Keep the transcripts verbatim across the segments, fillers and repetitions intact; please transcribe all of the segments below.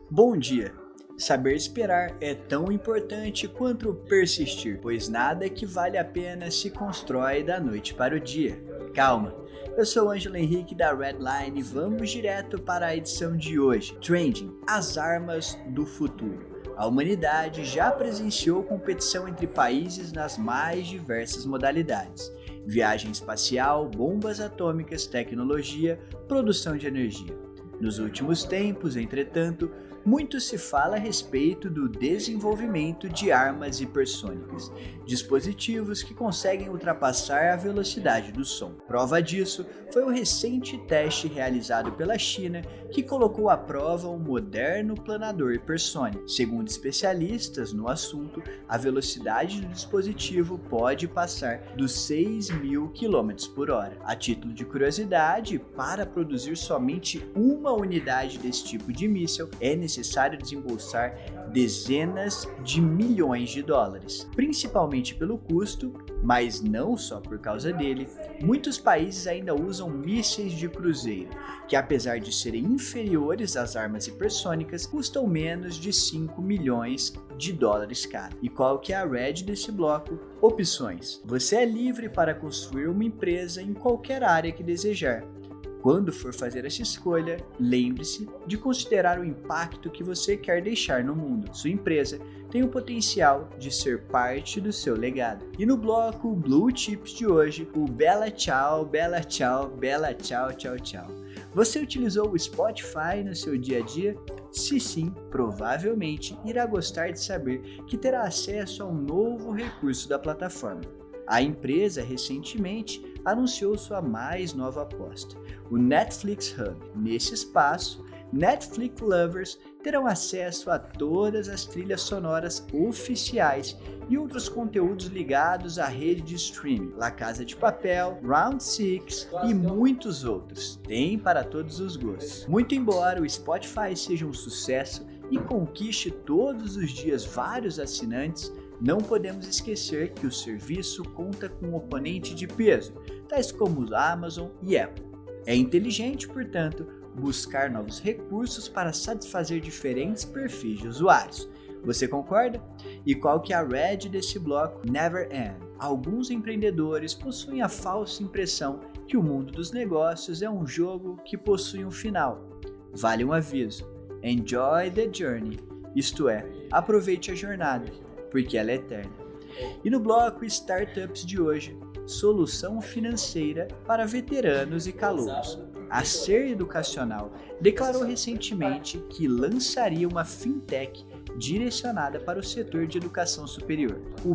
Bom dia! Saber esperar é tão importante quanto persistir, pois nada que vale a pena se constrói da noite para o dia. Calma! Eu sou o Ângelo Henrique da Redline e vamos direto para a edição de hoje. Trending, as armas do futuro. A humanidade já presenciou competição entre países nas mais diversas modalidades: viagem espacial, bombas atômicas, tecnologia, produção de energia. Nos últimos tempos, entretanto, muito se fala a respeito do desenvolvimento de armas hipersônicas, dispositivos que conseguem ultrapassar a velocidade do som. Prova disso foi o recente teste realizado pela China, que colocou à prova um moderno planador hipersônico. Segundo especialistas no assunto, a velocidade do dispositivo pode passar dos seis mil quilômetros por hora. A título de curiosidade, para produzir somente uma unidade desse tipo de míssil, é necessário desembolsar dezenas de milhões de dólares. Principalmente pelo custo, mas não só por causa dele, muitos países ainda usam mísseis de cruzeiro, que apesar de serem inferiores às armas hipersônicas, custam menos de cinco milhões de dólares cada. E qual que é a red desse bloco? Opções. Você é livre para construir uma empresa em qualquer área que desejar. Quando for fazer essa escolha, lembre-se de considerar o impacto que você quer deixar no mundo. Sua empresa tem o potencial de ser parte do seu legado. E no bloco Blue Chips de hoje, o Bela Tchau, Bela Tchau, Bela Tchau, Tchau, Tchau. Você utilizou o Spotify no seu dia a dia? Se sim, provavelmente irá gostar de saber que terá acesso a um novo recurso da plataforma. A empresa recentemente anunciou sua mais nova aposta, o Netflix Hub. Nesse espaço, Netflix lovers terão acesso a todas as trilhas sonoras oficiais e outros conteúdos ligados à rede de streaming, La Casa de Papel, Round Six e muitos outros. Tem para todos os gostos. Muito embora o Spotify seja um sucesso e conquiste todos os dias vários assinantes, não podemos esquecer que o serviço conta com um oponente de peso, tais como Amazon e Apple. É inteligente, portanto, buscar novos recursos para satisfazer diferentes perfis de usuários. Você concorda? E qual que é a red desse bloco? Never end. Alguns empreendedores possuem a falsa impressão que o mundo dos negócios é um jogo que possui um final. Vale um aviso: enjoy the journey, isto é, aproveite a jornada, porque ela é eterna. E no bloco Startups de hoje, solução financeira para veteranos e calouros. A Ser Educacional declarou recentemente que lançaria uma fintech direcionada para o setor de educação superior. O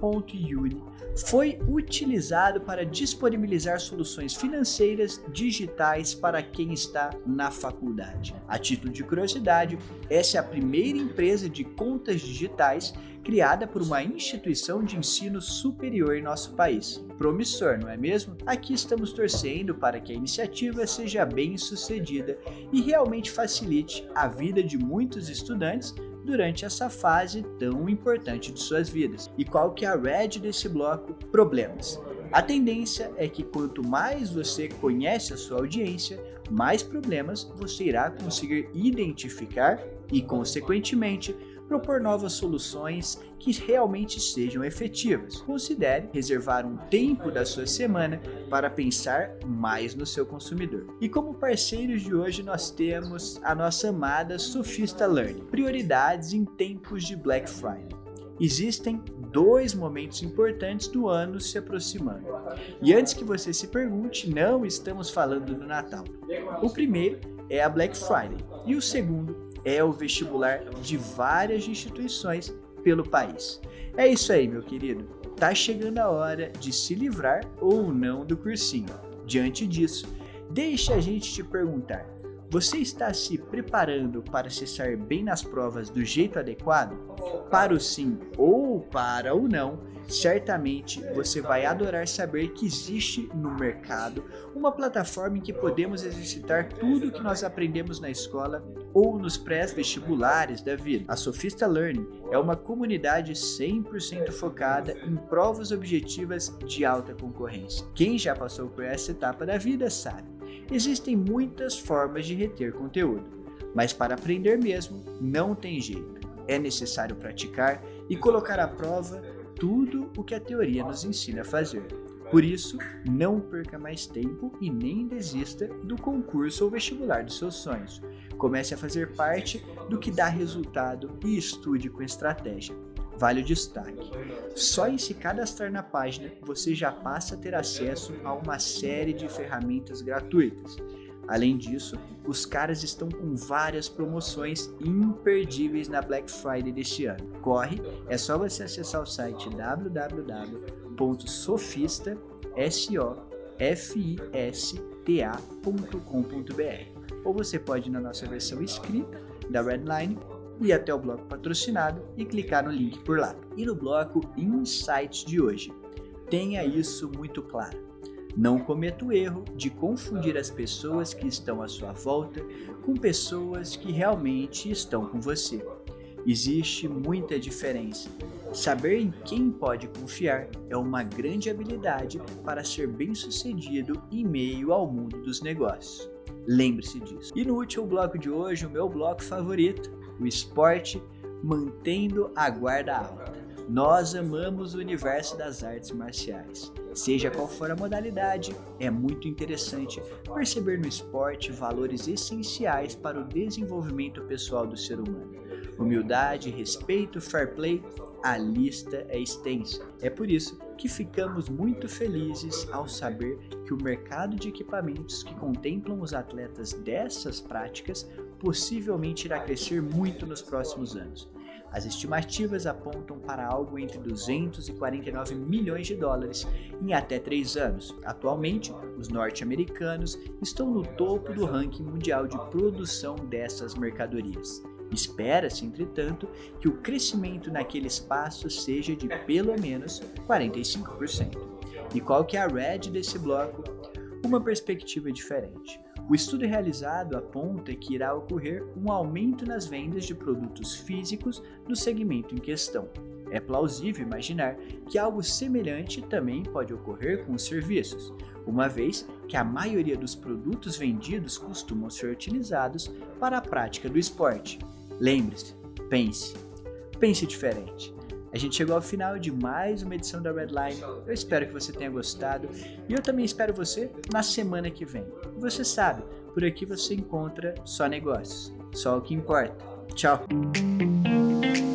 B.Uni foi utilizado para disponibilizar soluções financeiras digitais para quem está na faculdade. A título de curiosidade, essa é a primeira empresa de contas digitais criada por uma instituição de ensino superior em nosso país. Promissor, não é mesmo? Aqui estamos torcendo para que a iniciativa seja bem sucedida e realmente facilite a vida de muitos estudantes durante essa fase tão importante de suas vidas. E qual que é a red desse bloco? Problemas. A tendência é que quanto mais você conhece a sua audiência, mais problemas você irá conseguir identificar e, consequentemente, propor novas soluções que realmente sejam efetivas. Considere reservar um tempo da sua semana para pensar mais no seu consumidor. E como parceiros de hoje nós temos a nossa amada Sofista Learning. Prioridades em tempos de Black Friday. Existem dois momentos importantes do ano se aproximando. E antes que você se pergunte, não estamos falando do Natal. O primeiro é a Black Friday e o segundo é o vestibular de várias instituições pelo país. É isso aí, meu querido. Tá chegando a hora de se livrar ou não do cursinho. Diante disso, deixa a gente te perguntar: você está se preparando para se sair bem nas provas do jeito adequado? Para o sim ou para o não, certamente você vai adorar saber que existe no mercado uma plataforma em que podemos exercitar tudo o que nós aprendemos na escola ou nos pré-vestibulares da vida. A Sofista Learning é uma comunidade cem por cento focada em provas objetivas de alta concorrência. Quem já passou por essa etapa da vida sabe, existem muitas formas de reter conteúdo. Mas para aprender mesmo, não tem jeito. É necessário praticar e colocar à prova tudo o que a teoria nos ensina a fazer. Por isso, não perca mais tempo e nem desista do concurso ou vestibular dos seus sonhos. Comece a fazer parte do que dá resultado e estude com estratégia. Vale o destaque: só em se cadastrar na página, você já passa a ter acesso a uma série de ferramentas gratuitas. Além disso, os caras estão com várias promoções imperdíveis na Black Friday deste ano. Corre, é só você acessar o site w w w ponto sofista ponto com ponto b r ou você pode ir na nossa versão escrita da Redline, ir até o bloco patrocinado e clicar no link por lá. E no bloco Insights de hoje, tenha isso muito claro. Não cometa o erro de confundir as pessoas que estão à sua volta com pessoas que realmente estão com você. Existe muita diferença. Saber em quem pode confiar é uma grande habilidade para ser bem-sucedido em meio ao mundo dos negócios. Lembre-se disso. E no último bloco de hoje, o meu bloco favorito, o esporte, mantendo a guarda alta. Nós amamos o universo das artes marciais. Seja qual for a modalidade, é muito interessante perceber no esporte valores essenciais para o desenvolvimento pessoal do ser humano. Humildade, respeito, fair play, a lista é extensa. É por isso que ficamos muito felizes ao saber que o mercado de equipamentos que contemplam os atletas dessas práticas possivelmente irá crescer muito nos próximos anos. As estimativas apontam para algo entre duzentos e quarenta e nove milhões de dólares em até três anos. Atualmente, os norte-americanos estão no topo do ranking mundial de produção dessas mercadorias. Espera-se, entretanto, que o crescimento naquele espaço seja de pelo menos quarenta e cinco por cento. E qual que é a Red desse bloco? Uma perspectiva diferente. O estudo realizado aponta que irá ocorrer um aumento nas vendas de produtos físicos no segmento em questão. É plausível imaginar que algo semelhante também pode ocorrer com os serviços, uma vez que a maioria dos produtos vendidos costumam ser utilizados para a prática do esporte. Lembre-se, pense, pense diferente. A gente chegou ao final de mais uma edição da Redline. Eu espero que você tenha gostado e eu também espero você na semana que vem. E você sabe, por aqui você encontra só negócios, só o que importa. Tchau!